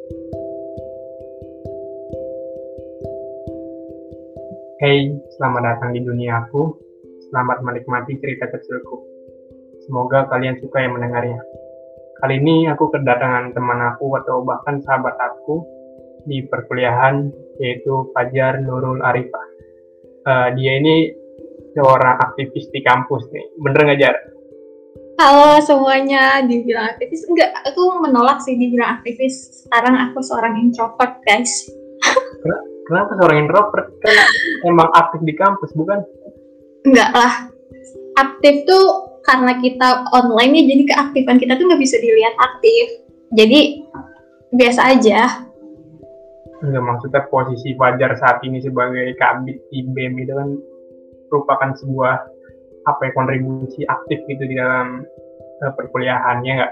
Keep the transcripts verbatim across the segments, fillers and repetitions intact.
Hey, selamat datang di dunia aku. Selamat menikmati cerita kecilku. Semoga kalian suka yang mendengarnya. Kali ini aku kedatangan teman aku atau bahkan sahabat aku di perkuliahan, yaitu Fajar Nurul Arifah. Uh, dia ini seorang aktivis di kampus nih. Bener nggak, Jar? Halo semuanya, dibilang aktivis enggak, aku menolak sih dibilang aktivis. Sekarang aku seorang introvert, guys. Kenapa seorang introvert? Kan emang aktif di kampus, bukan? Enggak lah, aktif tuh karena kita online ya, jadi keaktifan kita tuh nggak bisa dilihat aktif. Jadi biasa aja. Enggak, maksudnya posisi Fajar saat ini sebagai kabid I B E M itu kan merupakan sebuah apa ya, kontribusi aktif gitu di dalam uh, perkuliahannya nggak?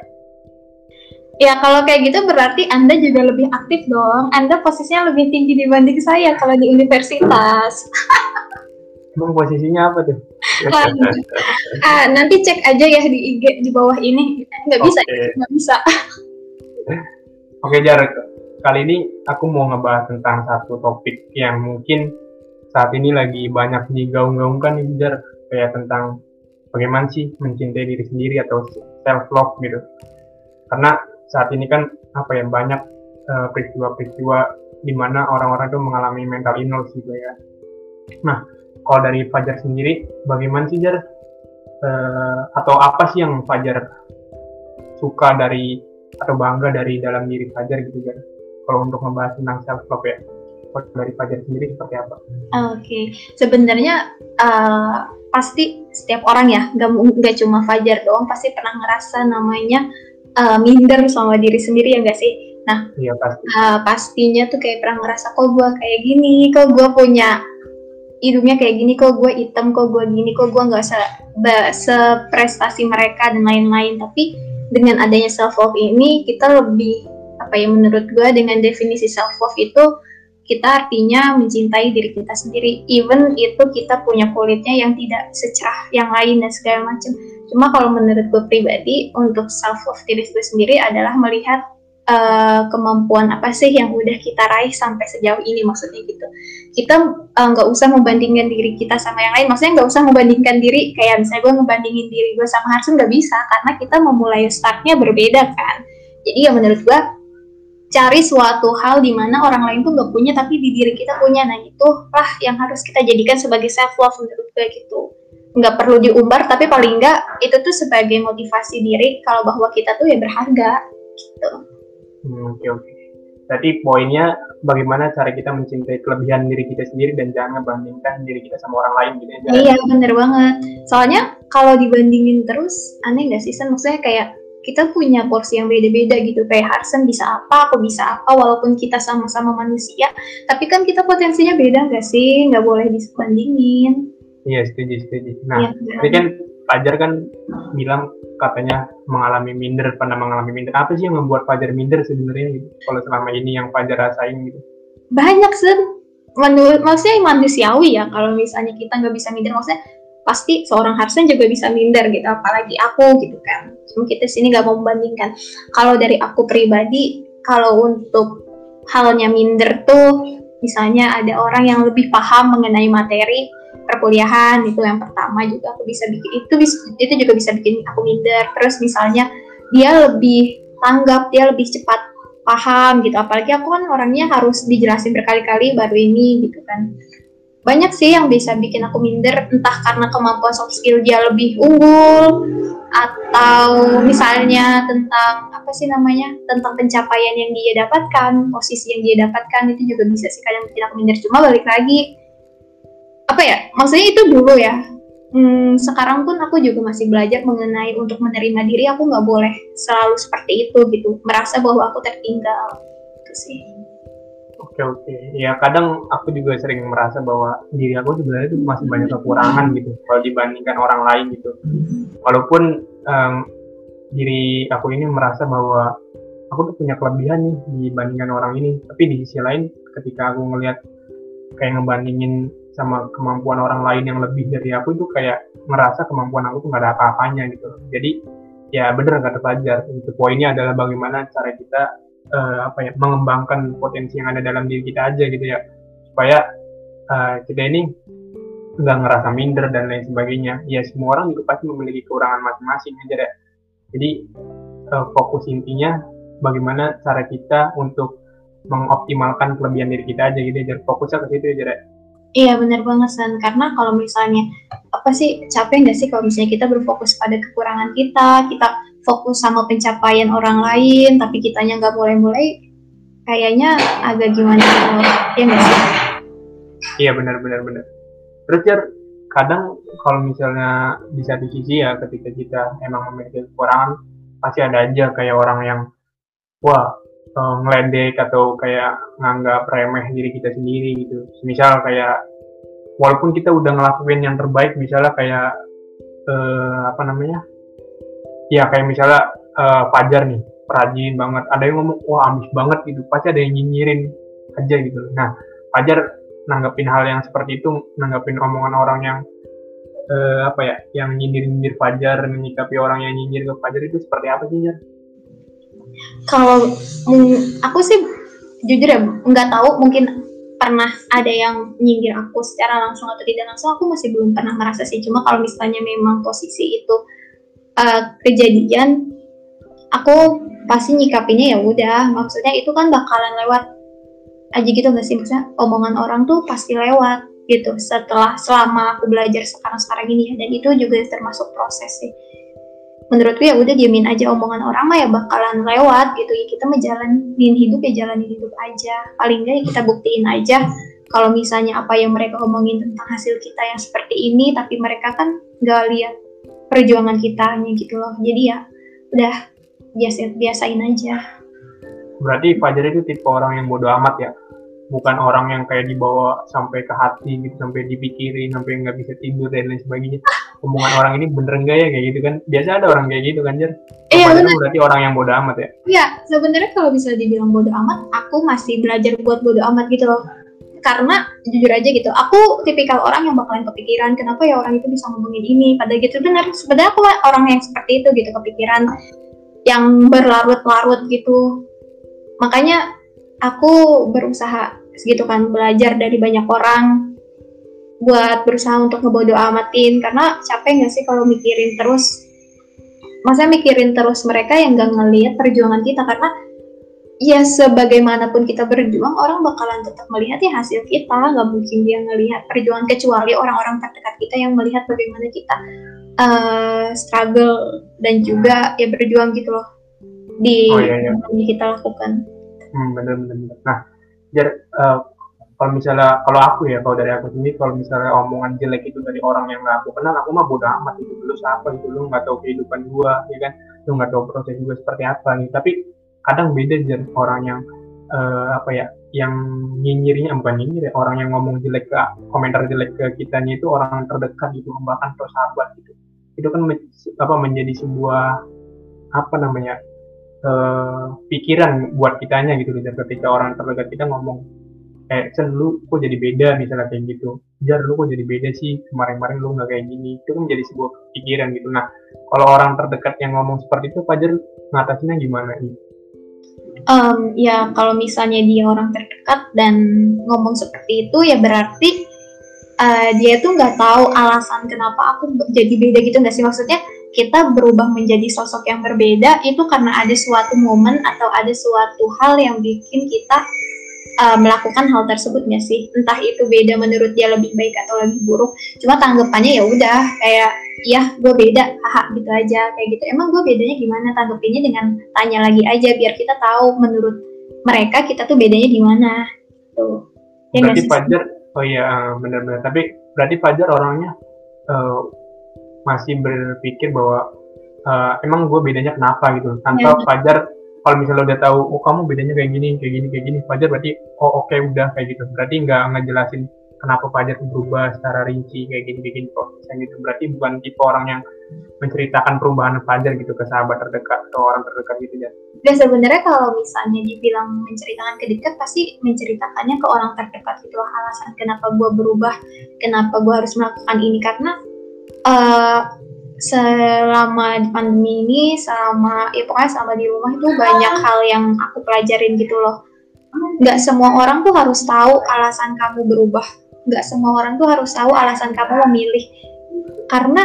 Ya kalau kayak gitu berarti Anda juga lebih aktif dong. Anda posisinya lebih tinggi dibanding saya kalau di universitas. Emang posisinya apa tuh? ah, nanti cek aja ya di I G di bawah ini. Nggak bisa, okay. nggak bisa. Oke, okay, Jar. Kali ini aku mau ngebahas tentang satu topik yang mungkin saat ini lagi banyak digaung-gaungkan nih, Jar. Kayak tentang bagaimana sih mencintai diri sendiri atau self love gitu. Karena saat ini kan apa ya, banyak uh, peristiwa-peristiwa di mana orang-orang itu mengalami mental illness gitu ya. Nah, kalau dari Fajar sendiri, bagaimana sih, Jar? Uh, atau apa sih yang Fajar suka dari atau bangga dari dalam diri Fajar gitu, Jar? Kalau untuk membahas tentang self love ya, kalau dari Fajar sendiri seperti apa? Oke, okay. Sebenarnya uh, pasti setiap orang ya, gak, gak cuma Fajar doang, pasti pernah ngerasa namanya uh, minder sama diri sendiri, ya gak sih? Nah, iya, pasti. uh, pastinya tuh kayak pernah ngerasa, kok gue kayak gini, kok gue punya hidungnya kayak gini, kok gue hitam, kok gue gini, kok gue gak se, seprestasi mereka, dan lain-lain. Tapi dengan adanya self-love ini, kita lebih, apa ya, menurut gue dengan definisi self-love itu, kita artinya mencintai diri kita sendiri, even itu kita punya kulitnya yang tidak secerah yang lain dan segala macam. Cuma kalau menurut gue pribadi, untuk self love diri gue sendiri adalah melihat uh, kemampuan apa sih yang udah kita raih sampai sejauh ini, maksudnya gitu. Kita nggak uh, usah membandingkan diri kita sama yang lain, maksudnya nggak usah membandingkan diri kayak misalnya gue ngebandingin diri gue sama Harsun, nggak bisa, karena kita memulai startnya berbeda kan. Jadi ya menurut gue, cari suatu hal di mana orang lain tuh nggak punya tapi di diri kita punya. Nah itulah yang harus kita jadikan sebagai self love menurut gue gitu. Nggak perlu diumbar, tapi paling nggak itu tuh sebagai motivasi diri kalau bahwa kita tuh ya berharga gitu. Hmm, oke oke. Jadi poinnya bagaimana cara kita mencintai kelebihan diri kita sendiri dan jangan membandingkan diri kita sama orang lain gitu ya. Iya bener banget. Soalnya kalau dibandingin terus aneh nggak sih, Sen? Maksudnya kayak kita punya porsi yang beda-beda gitu, kayak Harsen bisa apa, aku bisa apa, walaupun kita sama-sama manusia, tapi kan kita potensinya beda nggak sih, nggak boleh disebandingin. Iya, setuju, setuju. Nah, ya, tadi kan Fajar kan bilang katanya mengalami minder, pernah mengalami minder. Apa sih yang membuat Fajar minder sebenarnya gitu, kalau selama ini yang Fajar rasain gitu? Banyak sih, menurut maksudnya manusiawi ya, kalau misalnya kita nggak bisa minder, maksudnya pasti seorang Harsen juga bisa minder gitu, apalagi aku gitu kan. Cuma kita sini nggak mau membandingkan. Kalau dari aku pribadi, kalau untuk halnya minder tuh, misalnya ada orang yang lebih paham mengenai materi perkuliahan, itu yang pertama juga aku bisa bikin itu itu juga bisa bikin aku minder. Terus misalnya dia lebih tanggap, dia lebih cepat paham gitu, apalagi aku kan orangnya harus dijelasin berkali-kali baru ini gitu kan. Banyak sih yang bisa bikin aku minder, entah karena kemampuan soft skill dia lebih unggul, atau misalnya tentang apa sih namanya, tentang pencapaian yang dia dapatkan, posisi yang dia dapatkan, itu juga bisa sih kadang bikin aku minder. Cuma balik lagi, apa ya, maksudnya itu dulu ya. Hmm, sekarang pun aku juga masih belajar mengenai untuk menerima diri, aku nggak boleh selalu seperti itu gitu, merasa bahwa aku tertinggal, itu sih. Oke oke, ya kadang aku juga sering merasa bahwa diri aku sebenarnya itu masih banyak kekurangan gitu kalau dibandingkan orang lain gitu. Walaupun um, diri aku ini merasa bahwa aku tuh punya kelebihan nih dibandingkan orang ini, tapi di sisi lain ketika aku ngelihat kayak ngebandingin sama kemampuan orang lain yang lebih dari aku, itu kayak merasa kemampuan aku tuh nggak ada apa-apanya gitu. Jadi ya bener kata Fajar, itu poinnya adalah bagaimana cara kita uh, apa ya mengembangkan potensi yang ada dalam diri kita aja gitu ya, supaya uh, kita ini nggak ngerasa minder dan lain sebagainya. Ya semua orang juga pasti memiliki kekurangan masing-masing aja ya. Jadi uh, fokus intinya bagaimana cara kita untuk mengoptimalkan kelebihan diri kita aja gitu ya. Fokusnya ke situ aja ya. Iya benar banget San, karena kalau misalnya apa sih capek nggak sih kalau misalnya kita berfokus pada kekurangan kita, kita fokus sama pencapaian orang lain, tapi kitanya nggak mulai-mulai, kayaknya agak gimana gitu, ya nggak sih? Iya benar-benar benar. Terus ya kadang kalau misalnya di satu sisi ya ketika kita emang memiliki kekurangan, pasti ada aja kayak orang yang wah uh, ngeledek atau kayak nganggap remeh diri kita sendiri gitu. Misal kayak walaupun kita udah ngelakuin yang terbaik, misalnya kayak uh, apa namanya? Ya kayak misalnya uh, Fajar nih, rajin banget. Ada yang ngomong wah ambis banget gitu. Pasti ada yang nyinyirin aja gitu. Nah, Fajar nanggepin hal yang seperti itu, nanggepin omongan orang yang uh, apa ya, yang nyindir-nyindir Fajar, menyikapi orang yang nyindir ke Fajar itu seperti apa sih, Jar? Kalau mm, aku sih jujur ya nggak tahu, mungkin pernah ada yang nyindir aku secara langsung atau tidak langsung, aku masih belum pernah merasa sih. Cuma kalau misalnya memang posisi itu uh, kejadian, aku pasti nyikapinya ya udah, maksudnya itu kan bakalan lewat aja gitu nggak sih, maksudnya omongan orang tuh pasti lewat gitu setelah selama aku belajar sekarang-sekarang ini ya, dan itu juga termasuk proses sih. Menurutku ya udah diemin aja omongan orang mah ya bakalan lewat gitu ya, kita menjalanin hidup ya jalanin hidup aja, paling nggak ya kita buktiin aja kalau misalnya apa yang mereka omongin tentang hasil kita yang seperti ini, tapi mereka kan nggak lihat perjuangan kitanya gitu loh, jadi ya udah biasa biasain aja. Berarti Fajar itu tipe orang yang bodoh amat ya, bukan orang yang kayak dibawa sampai ke hati gitu, sampai dipikirin, sampai nggak bisa tidur dan lain sebagainya. Omongan orang ini bener nggak ya kayak gitu kan? Biasa ada orang kayak gitu kan, Jar? Iya Fajar bener. berarti orang yang bodoh amat ya? Iya, sebenarnya kalau bisa dibilang bodoh amat, aku masih belajar buat bodoh amat gitu loh. Karena jujur aja gitu, aku tipikal orang yang bakalan kepikiran kenapa ya orang itu bisa ngomongin ini, padahal gitu bener. Sebenarnya aku orang yang seperti itu gitu, kepikiran yang berlarut-larut gitu. Makanya aku berusaha segitu kan, belajar dari banyak orang buat berusaha untuk ngebodo amatin, karena capek nggak sih kalau mikirin terus, masa mikirin terus mereka yang nggak ngelihat perjuangan kita, karena ya sebagaimanapun kita berjuang orang bakalan tetap melihat ya hasil kita, nggak mungkin dia ngelihat perjuangan kecuali orang-orang terdekat kita yang melihat bagaimana kita uh, struggle dan juga ya berjuang gitu loh di oh, iya, iya. yang kita lakukan. Hmm, bener-bener. Nah, Jar, uh, kalau misalnya, kalau aku ya, kalau dari aku sendiri, kalau misalnya omongan jelek itu dari orang yang nggak aku kenal, aku mah bodo amat itu. Lu siapa gitu, lu nggak tahu kehidupan gua, ya kan? Lu nggak tahu proses gua seperti apa nih. Tapi kadang beda Jar, orang yang uh, apa ya, yang nyinyirnya bukan nyinyir ya, orang yang ngomong jelek ke komentar jelek ke kitanya itu orang terdekat gitu, bahkan ke sahabat gitu. Itu kan men, apa menjadi sebuah apa namanya? Uh, pikiran buat kitanya gitu, dan ketika orang terdekat kita ngomong kayak Cen lu kok jadi beda misalnya kayak gitu, Jar lu kok jadi beda sih, kemarin-kemarin lu nggak kayak gini, itu kan jadi sebuah pikiran gitu. Nah kalau orang terdekat yang ngomong seperti itu, Fajar ngatasinnya gimana nih? Um, ya kalau misalnya dia orang terdekat dan ngomong seperti itu ya berarti uh, dia tuh nggak tahu alasan kenapa aku jadi beda gitu nggak sih, maksudnya kita berubah menjadi sosok yang berbeda itu karena ada suatu momen atau ada suatu hal yang bikin kita uh, melakukan hal tersebut nggak sih, entah itu beda menurut dia lebih baik atau lebih buruk, cuma tanggapannya ya udah kayak ya gue beda, haha gitu aja kayak gitu. Emang gue bedanya gimana, tanggapinnya dengan tanya lagi aja biar kita tahu menurut mereka kita tuh bedanya di mana tuh ya. Berarti Fajar, oh iya benar-benar, tapi berarti Fajar orangnya uh, masih berpikir bahwa uh, emang gue bedanya kenapa gitu, tanpa ya. Fajar kalau misalnya udah tahu oh kamu bedanya kayak gini kayak gini kayak gini, Fajar berarti oh oke okay, udah kayak gitu, berarti nggak ngejelasin kenapa Fajar berubah secara rinci kayak gini kayak gini prosesnya gitu. Berarti bukan tipe orang yang menceritakan perubahan Fajar gitu ke sahabat terdekat atau orang terdekat gitu ya. Dan sebenarnya kalau misalnya dibilang menceritakan ke dekat, pasti menceritakannya ke orang terdekat gitu loh, alasan kenapa gue berubah, kenapa gue harus melakukan ini, karena Uh, selama di pandemi ini, selama ya pokoknya selama di rumah itu banyak hal yang aku pelajarin gitu loh. Nggak semua orang tuh harus tahu alasan kamu berubah. Nggak semua orang tuh harus tahu alasan kamu memilih. Karena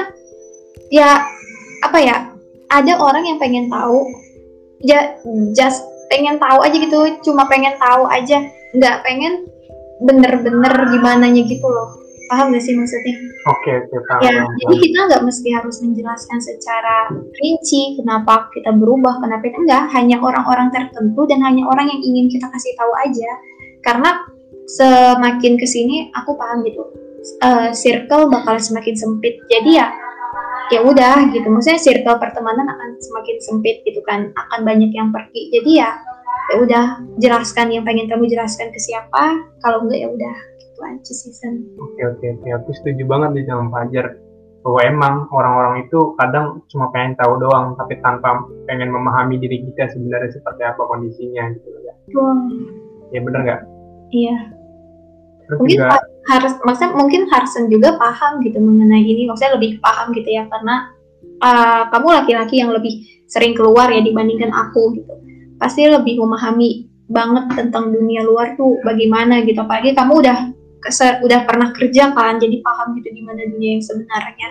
ya apa ya, ada orang yang pengen tahu, ja, just pengen tahu aja gitu, cuma pengen tahu aja, nggak pengen bener-bener gimananya gitu loh. Paham gak sih maksudnya? Oke, oke, paham. Ya, paham. jadi kita nggak mesti harus menjelaskan secara rinci kenapa kita berubah, kenapa kita enggak, hanya orang-orang tertentu dan hanya orang yang ingin kita kasih tahu aja. Karena semakin kesini aku paham gitu, uh, circle bakal semakin sempit. Jadi ya, ya udah gitu. Maksudnya circle pertemanan akan semakin sempit gitu kan, akan banyak yang pergi. Jadi ya, ya udah jelaskan yang pengen kamu jelaskan ke siapa. Kalau enggak ya udah. Aja season. Oke oke oke, aku setuju banget nih sama Fajar bahwa emang orang-orang itu kadang cuma pengen tahu doang, tapi tanpa pengen memahami diri kita sebenarnya seperti apa kondisinya gitu ya. Wow. Ya bener nggak? Iya. Terus mungkin juga, harus, maksudnya mungkin Harsen juga paham gitu mengenai ini, maksudnya lebih paham gitu ya, karena uh, kamu laki-laki yang lebih sering keluar ya dibandingkan aku gitu, pasti lebih memahami banget tentang dunia luar tuh bagaimana gitu, apalagi kamu udah Keser, udah pernah kerja kan, jadi paham gitu gimana dunia yang sebenarnya.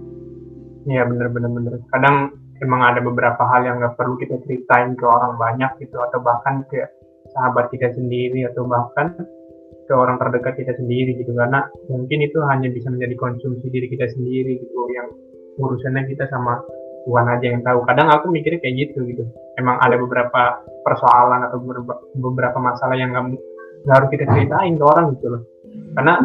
Iya bener-bener bener. Kadang emang ada beberapa hal yang nggak perlu kita ceritain ke orang banyak gitu, atau bahkan ke sahabat kita sendiri, atau bahkan ke orang terdekat kita sendiri gitu, karena mungkin itu hanya bisa menjadi konsumsi diri kita sendiri gitu, yang urusannya kita sama Tuhan aja yang tahu. Kadang aku mikirnya kayak gitu gitu. Emang ada beberapa persoalan atau beberapa, beberapa masalah yang nggak harus kita ceritain ke orang gitu loh, karena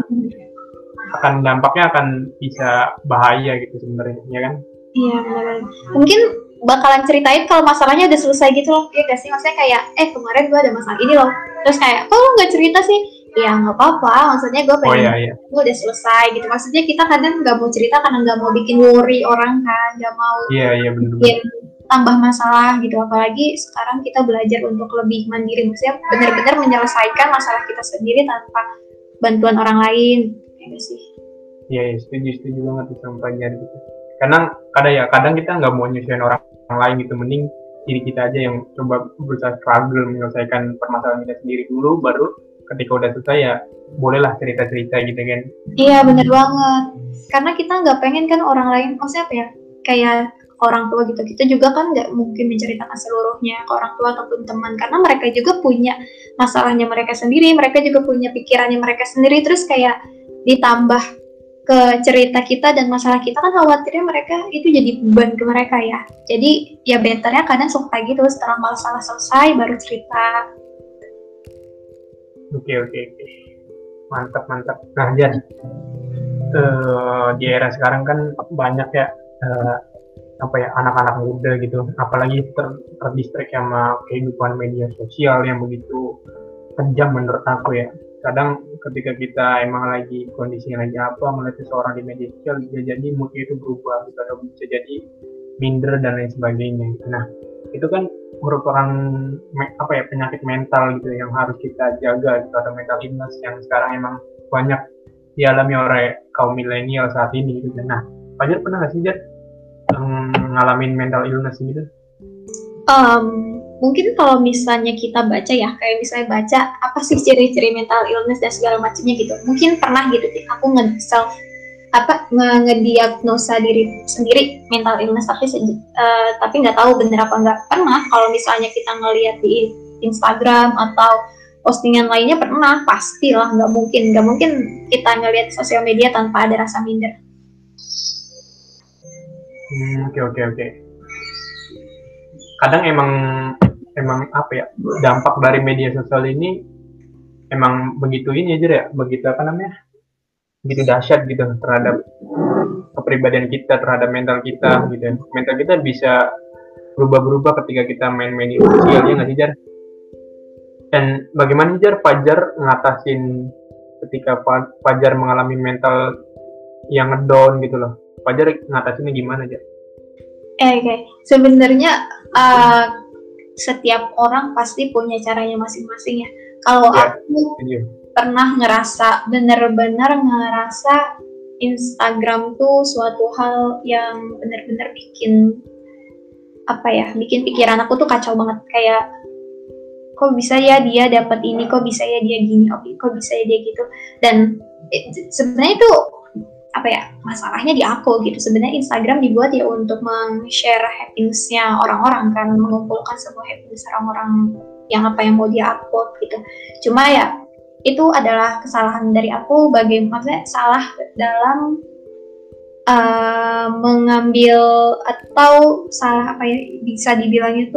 akan dampaknya akan bisa bahaya gitu sebenarnya, ya kan? Iya benar. Mungkin bakalan ceritain kalau masalahnya udah selesai gitu loh, ya gak sih? Maksudnya kayak, eh kemarin gue ada masalah ini loh, terus kayak, kok lu nggak cerita sih? Ya nggak apa-apa, maksudnya gue pengen, oh, iya, iya. gue udah selesai gitu. Maksudnya kita kadang nggak mau cerita karena nggak mau bikin worry orang kan, nggak mau iya, iya, bener, bikin tambah masalah gitu. Apalagi sekarang kita belajar untuk lebih mandiri, maksudnya benar-benar menyelesaikan masalah kita sendiri tanpa bantuan orang lain, ya gak sih? Iya, ya, setuju, setuju banget sama Fajar gitu. Karena kadang ya, kadang kita nggak mau nyusahin orang, orang lain gitu, mending diri kita aja yang coba berusaha struggle menyelesaikan permasalahan kita sendiri dulu, baru ketika udah selesai ya bolehlah cerita-cerita gitu kan. Iya bener banget, karena kita nggak pengen kan orang lain, maksudnya apa ya, kayak orang tua gitu, kita juga kan nggak mungkin menceritakan seluruhnya ke orang tua ataupun teman, karena mereka juga punya masalahnya mereka sendiri, mereka juga punya pikirannya mereka sendiri, terus kayak ditambah ke cerita kita dan masalah kita kan khawatirnya mereka itu jadi beban ke mereka ya. Jadi ya betternya kadang suka gitu, setelah masalah selesai baru cerita. Oke oke oke, mantap mantap. Nah Jan, uh, di era sekarang kan banyak ya uh, apa ya anak-anak muda gitu, apalagi ter terdistrik sama kehidupan media sosial yang begitu kejam menurut aku ya. Kadang ketika kita emang lagi kondisinya lagi apa, melihat seseorang di media sosial bisa jadi mood itu berubah gitu, atau bisa jadi minder dan lain sebagainya. Nah itu kan merupakan apa ya penyakit mental gitu yang harus kita jaga gitu, atau mental illness yang sekarang emang banyak dialami oleh kaum milenial saat ini gitu. Nah Fajar pernah nggak sih Jar ngalamin mental illness gitu? Um, mungkin kalau misalnya kita baca ya, kayak misalnya baca apa sih ciri-ciri mental illness dan segala macamnya gitu, mungkin pernah gitu sih aku nge-self apa nge-diagnosa diri sendiri mental illness, tapi uh, tapi nggak tahu bener apa nggak. Pernah kalau misalnya kita ngelihat di Instagram atau postingan lainnya, pernah, pastilah, nggak mungkin nggak mungkin kita ngelihat sosial media tanpa ada rasa minder. Oke oke oke. Kadang emang emang apa ya dampak dari media sosial ini emang begitu ini aja ya, begitu apa namanya, begitu dahsyat gitu terhadap kepribadian kita, terhadap mental kita gitu. Mental kita bisa berubah-berubah ketika kita main media sosial, ya nggak sih Jar? Dan bagaimana Jar Fajar ngatasin ketika Fajar mengalami mental yang ngedown gitu loh? Fajar ngatasinnya gimana Jar? Eh, okay. Sebenarnya uh, setiap orang pasti punya caranya masing-masing ya. Kalau ya, aku ya. pernah ngerasa, bener-bener ngerasa Instagram tuh suatu hal yang benar-benar bikin apa ya, bikin pikiran aku tuh kacau banget. Kayak kok bisa ya dia dapat ini, kok bisa ya dia gini, kok bisa ya dia gitu. Dan eh, sebenarnya itu apa ya, masalahnya di aku gitu. Sebenarnya Instagram dibuat ya untuk meng-share happiness-nya orang-orang kan, mengumpulkan semua happiness orang-orang yang apa yang mau dia upload gitu. Cuma ya itu adalah kesalahan dari aku, bagaimana maksudnya salah dalam uh, mengambil atau salah apa ya, bisa dibilang itu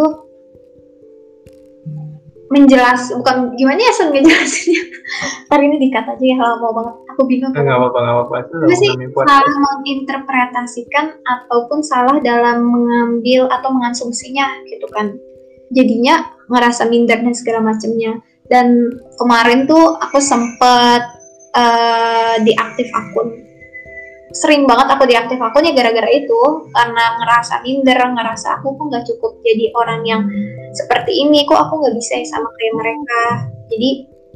menjelas, bukan gimana ya sen ngejelasinnya. Ntar ini dikat aja ya, lama banget, aku bingung. Nggak apa-apa, nggak apa-apa. Itu sih salah menginterpretasikan ataupun salah dalam mengambil atau mengasumsinya gitu kan. Jadinya ngerasa minder dan segala macamnya. Dan kemarin tuh aku sempet uh, diaktif akun. Sering banget aku diaktif akunnya gara-gara itu, karena ngerasa minder, ngerasa aku kok nggak cukup jadi orang yang seperti ini, kok aku nggak bisa sama kayak mereka. Jadi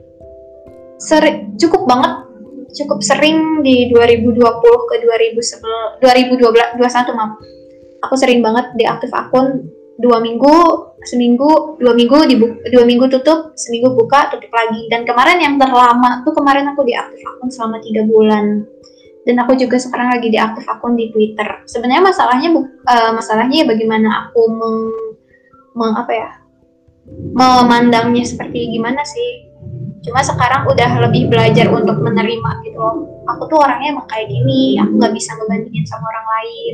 seri, cukup banget, cukup sering di dua ribu dua puluh ke dua ribu sebelas, dua ribu dua belas, dua puluh satu maaf. Aku sering banget diaktif akun dua minggu, seminggu, dua minggu dibuka, dua minggu tutup, seminggu buka, tutup lagi. Dan kemarin yang terlama tuh kemarin aku diaktif akun selama tiga bulan. Dan aku juga sekarang lagi diaktif akun di Twitter. Sebenarnya masalahnya uh, masalahnya ya bagaimana aku meng, meng apa ya, memandangnya seperti gimana sih. Cuma sekarang udah lebih belajar untuk menerima gitu loh. Aku tuh orangnya emang kayak gini, aku nggak bisa ngebandingin sama orang lain.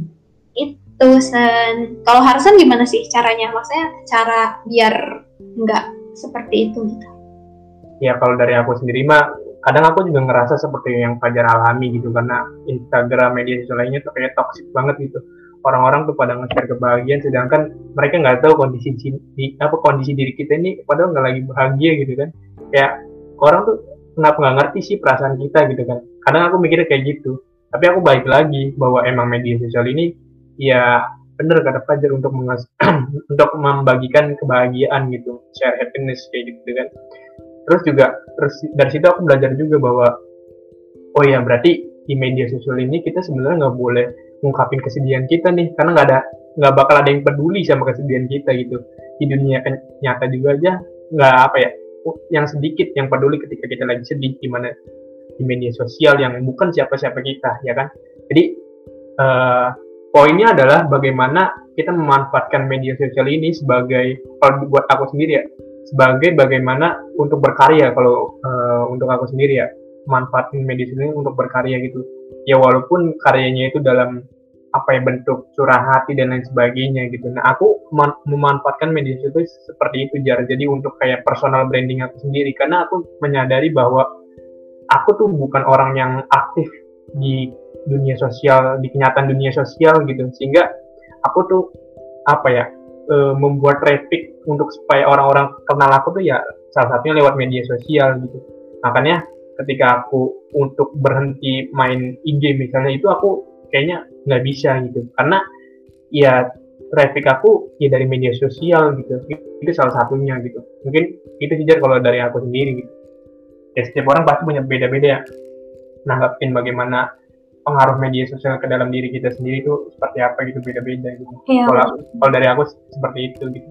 Itu Sen. Kalau Harsan gimana sih caranya? Maksudnya cara biar nggak seperti itu gitu. Ya kalau dari aku sendiri mah, kadang aku juga ngerasa seperti yang Fajar alami gitu, karena Instagram, media sosial lainnya tuh kayak toxic banget gitu. Orang-orang tuh pada nge-share kebahagiaan, sedangkan mereka nggak tahu kondisi di apa kondisi diri kita ini padahal nggak lagi bahagia gitu kan. Kayak orang tuh kenapa nggak ngerti sih perasaan kita gitu kan. Kadang aku mikirnya kayak gitu. Tapi aku balik lagi bahwa emang media sosial ini ya bener kata Fajar untuk mengas untuk membagikan kebahagiaan gitu, share happiness kayak gitu kan. Terus juga terus dari situ aku belajar juga bahwa oh ya berarti di media sosial ini kita sebenarnya nggak boleh ngungkapin kesedihan kita nih, karena nggak ada nggak bakal ada yang peduli sama kesedihan kita gitu. Di dunia nyata juga aja nggak apa ya, yang sedikit yang peduli ketika kita lagi sedih, gimana di media sosial yang bukan siapa-siapa kita ya kan. Jadi uh, poinnya adalah bagaimana kita memanfaatkan media sosial ini sebagai, kalau buat aku sendiri ya, sebagai bagaimana untuk berkarya. Kalau uh, untuk aku sendiri ya, manfaatin media sosial ini untuk berkarya gitu. Ya walaupun karyanya itu dalam apa ya, bentuk curah hati dan lain sebagainya gitu. Nah aku mem- memanfaatkan media sosial seperti itu Jar. Jadi untuk kayak personal branding aku sendiri, karena aku menyadari bahwa aku tuh bukan orang yang aktif di dunia sosial, di kenyataan dunia sosial gitu, sehingga aku tuh apa ya, e, membuat traffic untuk supaya orang-orang kenal aku tuh ya salah satunya lewat media sosial gitu. Makanya ketika aku untuk berhenti main I G misalnya, itu aku kayaknya nggak bisa gitu, karena ya traffic aku ya dari media sosial gitu. Itu salah satunya gitu. Mungkin itu sih Jar kalau dari aku sendiri gitu. Ya setiap orang pasti punya beda-beda ya nanggapin bagaimana pengaruh media sosial ke dalam diri kita sendiri itu seperti apa gitu, beda-beda gitu. Ya, kalau kalau dari aku seperti itu gitu.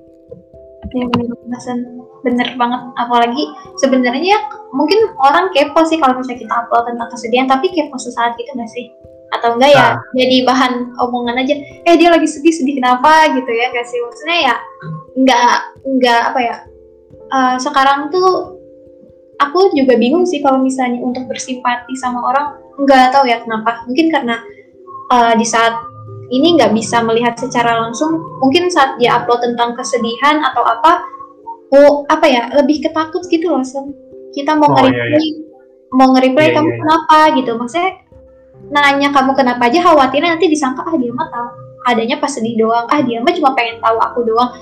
Ya bener, bener banget. Apalagi sebenarnya mungkin orang kepo sih kalau misalnya kita upload tentang kesedihan, tapi kepo sesaat gitu nggak sih? Atau enggak ya, nah, jadi bahan omongan aja. Eh dia lagi sedih, sedih kenapa gitu ya? Nggak sih, maksudnya ya nggak nggak apa ya? Uh, sekarang tuh aku juga bingung sih kalau misalnya untuk bersimpati sama orang, nggak tahu ya kenapa. Mungkin karena uh, di saat ini nggak bisa melihat secara langsung, mungkin saat dia upload tentang kesedihan atau apa, oh apa ya, lebih ketakut gitu loh, Sen. Kita mau oh, nge-reply, iya, iya. mau nge-reply iya, kamu iya, iya. kenapa gitu, maksudnya nanya kamu kenapa aja, khawatirnya nanti disangka ah dia mah tahu adanya pas sedih doang, ah dia mah cuma pengen tahu aku doang,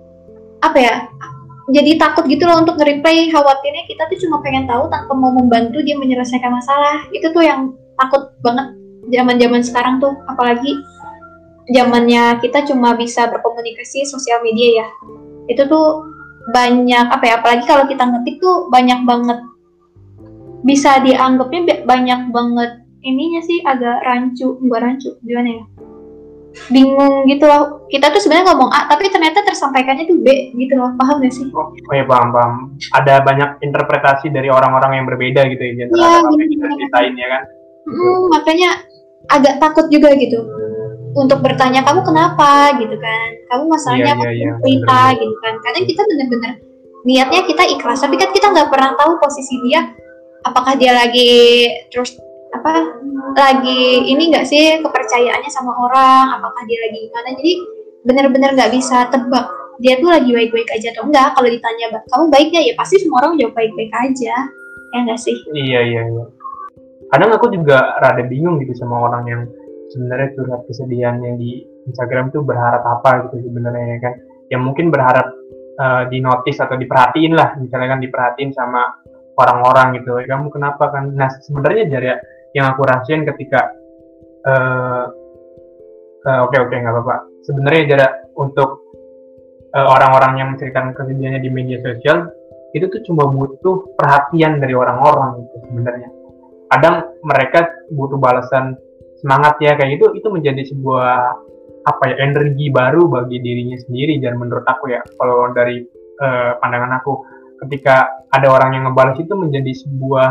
apa ya, jadi takut gitu loh untuk nge-reply, khawatirnya kita tuh cuma pengen tahu tanpa mau membantu dia menyelesaikan masalah. Itu tuh yang takut banget zaman-zaman sekarang tuh, apalagi zamannya kita cuma bisa berkomunikasi sosial media ya. Itu tuh banyak apa ya, apalagi kalau kita ngetik tuh banyak banget, bisa dianggapnya banyak banget ininya sih agak rancu, enggak rancu, gimana ya? Bingung gitu loh. Kita tuh sebenarnya ngomong A, tapi ternyata tersampaikannya tuh B gitu loh. Paham gak sih? Oh, oh ya paham, paham. Ada banyak interpretasi dari orang-orang yang berbeda gitu ya Iya, terhadap apa yang kita benar. ceritain ya kan. Hmm, makanya agak takut juga gitu untuk bertanya kamu kenapa gitu kan, kamu masalahnya Iya, apa, iya, iya. cerita gitu kan. Kadang kita benar-benar niatnya kita ikhlas, tapi kan kita nggak pernah tahu posisi dia, apakah dia lagi terus apa lagi ini nggak sih kepercayaannya sama orang, apakah dia lagi gimana. Jadi benar-benar nggak bisa tebak dia tuh lagi baik-baik aja atau enggak. Kalau ditanya kamu baiknya, ya pasti semua orang jawab baik-baik aja, ya nggak sih? Iya, iya, iya. Kadang aku juga rada bingung gitu sama orang yang sebenarnya curhat kesedihannya di Instagram tuh berharap apa gitu sebenarnya ya kan. Ya mungkin berharap uh, di notice atau diperhatiin lah, misalnya kan diperhatiin sama orang-orang gitu. Kamu kenapa kan? Nah sebenarnya dari yang aku rasain ketika uh, uh, oke oke nggak apa-apa. Sebenarnya jarak untuk uh, orang-orang yang menceritakan kesedihannya di media sosial itu tuh cuma butuh perhatian dari orang-orang gitu sebenarnya. Kadang mereka butuh balasan semangat ya kayak gitu, itu menjadi sebuah apa ya energi baru bagi dirinya sendiri. Dan menurut aku ya, kalau dari uh, pandangan aku, ketika ada orang yang ngebalas itu menjadi sebuah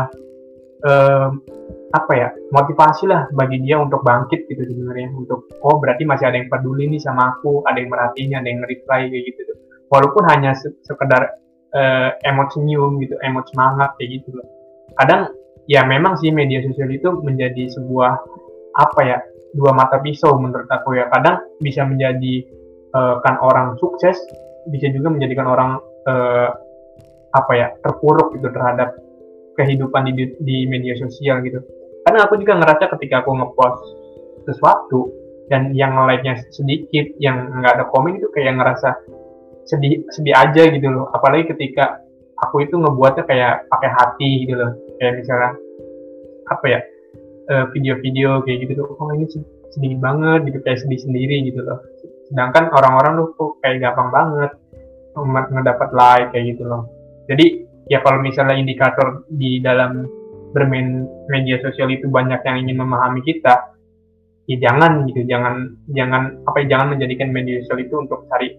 uh, apa ya motivasi lah bagi dia untuk bangkit gitu sebenarnya, untuk oh berarti masih ada yang peduli nih sama aku, ada yang merhatiin, ada yang nge-reply kayak gitu tuh. Walaupun hanya se- sekedar uh, emot senyum gitu, emot semangat kayak gitu loh. Kadang ya memang sih media sosial itu menjadi sebuah apa ya dua mata pisau menurut aku ya. Kadang bisa menjadi uh, kan orang sukses, bisa juga menjadikan orang uh, apa ya terpuruk gitu terhadap kehidupan di, di media sosial gitu. Karena aku juga ngerasa ketika aku ngepost sesuatu dan yang like-nya sedikit, yang nggak ada komen, itu kayak ngerasa sedih sedih aja gitu loh. Apalagi ketika aku itu ngebuatnya kayak pakai hati gitu loh, kayak misalnya apa ya uh, video-video kayak gitu tuh, oh ini sedih banget gitu, kayak sedih sendiri gitu loh. Sedangkan orang-orang tuh kok kayak gampang banget ngedapat like kayak gitu loh. Jadi ya kalau misalnya indikator di dalam bermain media sosial itu banyak yang ingin memahami kita, ya jangan gitu, jangan jangan apa ya jangan menjadikan media sosial itu untuk cari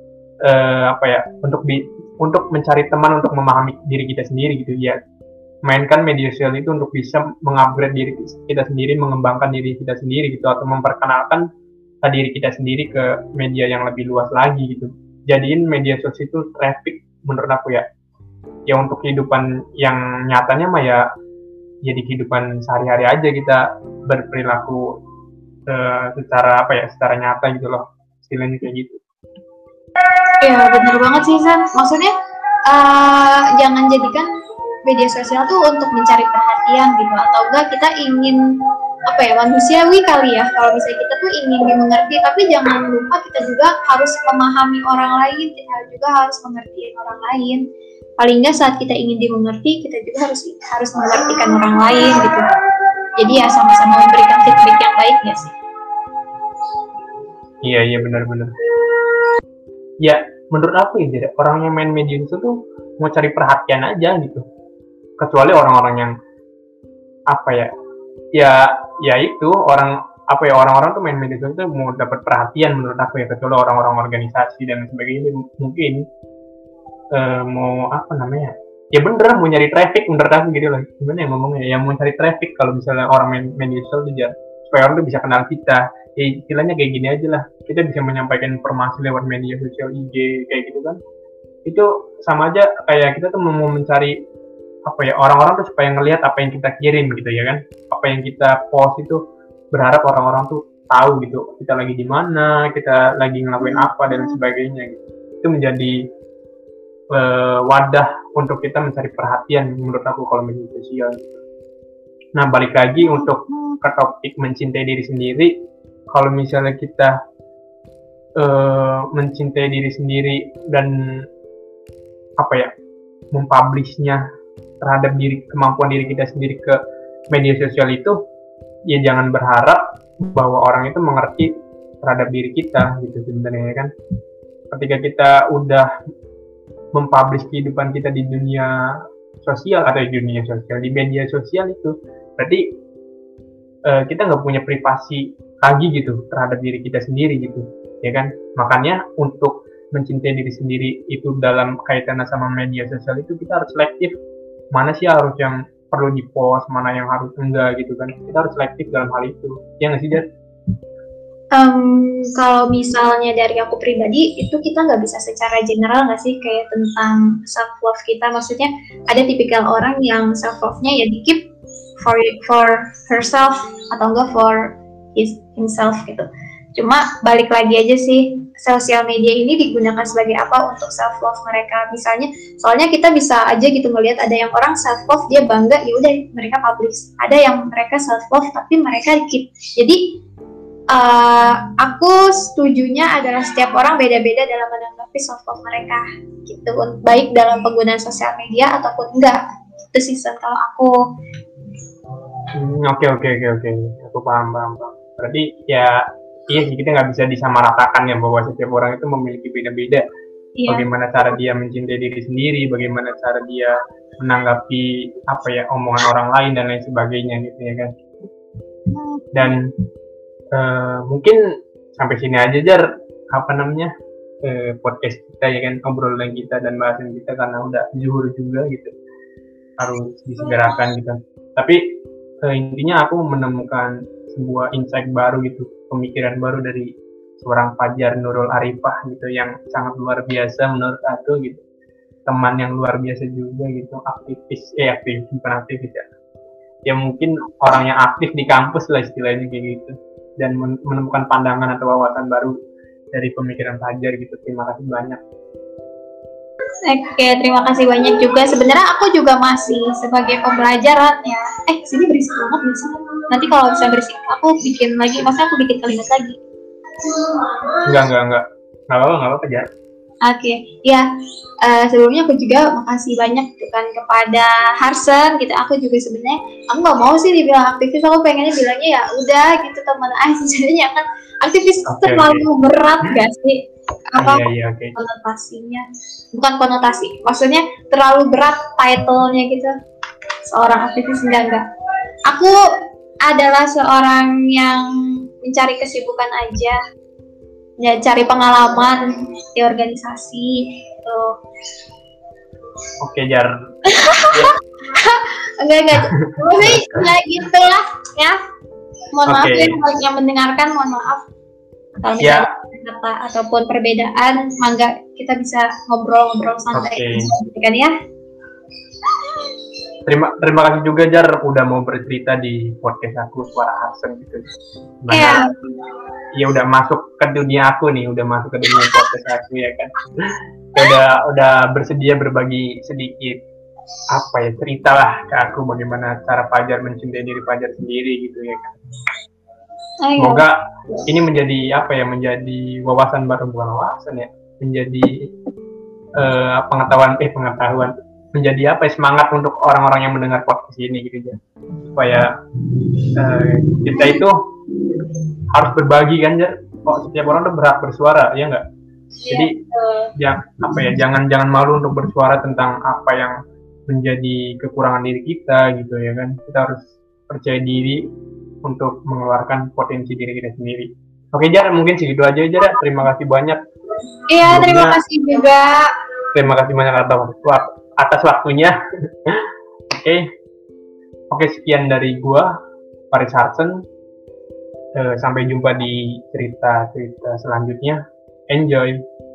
uh, apa ya untuk di untuk mencari teman untuk memahami diri kita sendiri gitu ya. Mainkan media sosial itu untuk bisa mengupgrade diri kita sendiri, mengembangkan diri kita sendiri gitu, atau memperkenalkan diri kita sendiri ke media yang lebih luas lagi gitu. Jadiin media sosial itu traffic menurut aku ya. Ya untuk kehidupan yang nyatanya mah ya jadi kehidupan sehari-hari aja kita berperilaku uh, secara apa ya, secara nyata gitu loh. Istilahnya kayak gitu. Ya benar banget sih Zan. Maksudnya uh, jangan jadikan media sosial tuh untuk mencari perhatian gitu, atau enggak kita ingin apa ya manusiawi kali ya, kalau misalnya kita tuh ingin dimengerti, tapi jangan lupa kita juga harus memahami orang lain, kita juga harus mengerti orang lain. Paling enggak saat kita ingin dimengerti, kita juga harus harus mengertikan orang lain gitu. Jadi ya sama-sama memberikan feedback yang baik ya sih. Iya iya benar-benar. Ya menurut aku ya, orang yang main media itu tuh mau cari perhatian aja gitu. Kecuali orang-orang yang apa ya ya ya itu orang apa ya orang-orang tuh main media sosial tuh mau dapat perhatian menurut aku ya. Kecuali orang-orang organisasi dan sebagainya mungkin uh, mau apa namanya ya bener mau nyari traffic menurut aku gitu loh. Gimana ya ngomongnya ya, mau cari traffic kalau misalnya orang main media sosial tuh ya, supaya orang tuh bisa kenal kita ya, istilahnya kayak gini aja lah, kita bisa menyampaikan informasi lewat media sosial I G kayak gitu kan. Itu sama aja kayak kita tuh mau mencari apa ya orang-orang tuh supaya ngelihat apa yang kita kirim gitu ya kan, apa yang kita post itu berharap orang-orang tuh tahu gitu kita lagi di mana, kita lagi ngelakuin apa dan sebagainya gitu. Itu menjadi uh, wadah untuk kita mencari perhatian menurut aku kalau media sosial gitu. Nah balik lagi untuk ke topik mencintai diri sendiri, kalau misalnya kita uh, mencintai diri sendiri dan apa ya mempublishnya terhadap diri kemampuan diri kita sendiri ke media sosial itu, ya jangan berharap bahwa orang itu mengerti terhadap diri kita gitu sebenarnya kan. Ketika kita udah mempublish kehidupan kita di dunia sosial atau di dunia sosial di media sosial itu, berarti uh, kita nggak punya privasi lagi gitu terhadap diri kita sendiri gitu, ya kan? Makanya untuk mencintai diri sendiri itu dalam kaitannya sama media sosial itu kita harus selektif, mana sih harus yang perlu di-post, mana yang harus enggak gitu kan. Kita harus selektif dalam hal itu, ya nggak sih, Jar? Um, kalau misalnya dari aku pribadi, itu kita nggak bisa secara general nggak sih kayak tentang self love kita. Maksudnya ada tipikal orang yang self love-nya ya di keep for for herself atau enggak for his himself gitu. Cuma balik lagi aja sih, sosial media ini digunakan sebagai apa untuk self love mereka. Misalnya, soalnya kita bisa aja gitu melihat ada yang orang self love dia bangga, ya udah mereka publish. Ada yang mereka self love tapi mereka keep. Jadi Uh, aku setujunya adalah setiap orang beda-beda dalam menanggapi self love mereka gitu, baik dalam penggunaan sosial media ataupun enggak. Itu sih kalau aku. Oke oke oke oke, aku paham paham paham. Berarti ya iya sih, kita nggak bisa disamaratakan ya bahwa setiap orang itu memiliki beda-beda. Iya. Bagaimana cara dia mencintai diri sendiri, bagaimana cara dia menanggapi apa ya omongan orang lain dan lain sebagainya gitu ya kan. Dan Uh, mungkin sampai sini aja Jar apa namanya uh, podcast kita ya kan, obrolan kita dan bahasan kita karena udah zuhur juga gitu, harus disegerakan gitu. Tapi uh, intinya aku menemukan sebuah insight baru gitu, pemikiran baru dari seorang Fajar Nurul Arifah gitu yang sangat luar biasa menurut aku gitu, teman yang luar biasa juga gitu, aktivis eh aktivis bukan aktivis ya, ya mungkin orang yang aktif di kampus lah istilahnya kayak gitu, dan menemukan pandangan atau wawasan baru dari pemikiran Fajar gitu. Terima kasih banyak. Oke, terima kasih banyak juga. Sebenarnya aku juga masih sebagai pembelajaran ya. Eh, sini berisik banget nih. Nanti kalau bisa berisik, aku bikin lagi. Maksudnya aku bikin kalimat lagi. Enggak, enggak, enggak. Enggak apa-apa, enggak apa-apa, Jar. Oke, okay. ya uh, sebelumnya aku juga makasih banyak gitu kan kepada Harsen gitu. Aku juga sebenarnya aku nggak mau sih dibilang aktivis, aku pengennya bilangnya ya udah gitu teman. Ah sebenarnya kan aktivis okay, terlalu okay. berat gak sih? Apa yeah, yeah, okay. konotasinya? Bukan konotasi, maksudnya terlalu berat title-nya gitu. Seorang aktivis enggak enggak. Aku adalah seorang yang mencari kesibukan aja. Ya, cari pengalaman di organisasi gitu. Oke, Jar. enggak enggak. Tapi enggak gitu lah ya. Mohon okay. maaf ya yang mendengarkan, mohon maaf. Kalau misalnya yeah. kata ataupun perbedaan, mangga kita bisa ngobrol-ngobrol santai okay. kan ya. Terima terima kasih juga Jar udah mau bercerita di podcast aku Suara Harsen gitu. Iya. Yeah. Ya udah masuk ke dunia aku nih, udah masuk ke dunia podcast aku ya kan. Udah udah bersedia berbagi sedikit apa ya cerita lah ke aku bagaimana cara Fajar mencintai diri Fajar sendiri gitu ya kan. Semoga ini menjadi apa ya, menjadi wawasan baru, bukan wawasan ya, menjadi uh, pengetahuan eh pengetahuan menjadi apa ya, semangat untuk orang-orang yang mendengar podcast ini gitu ya, supaya uh, kita itu harus berbagi kan ya, kok setiap orang tuh berhak bersuara ya nggak, jadi ya apa ya, jangan jangan malu untuk bersuara tentang apa yang menjadi kekurangan diri kita gitu ya kan, kita harus percaya diri untuk mengeluarkan potensi diri kita sendiri. Oke Jar, mungkin segitu aja Jar, terima kasih banyak. Iya, terima kasih juga. Terima kasih banyak atas atas waktunya. Oke, okay. Oke okay, sekian dari gua Faris Harsen. Uh, sampai jumpa di cerita-cerita selanjutnya. Enjoy.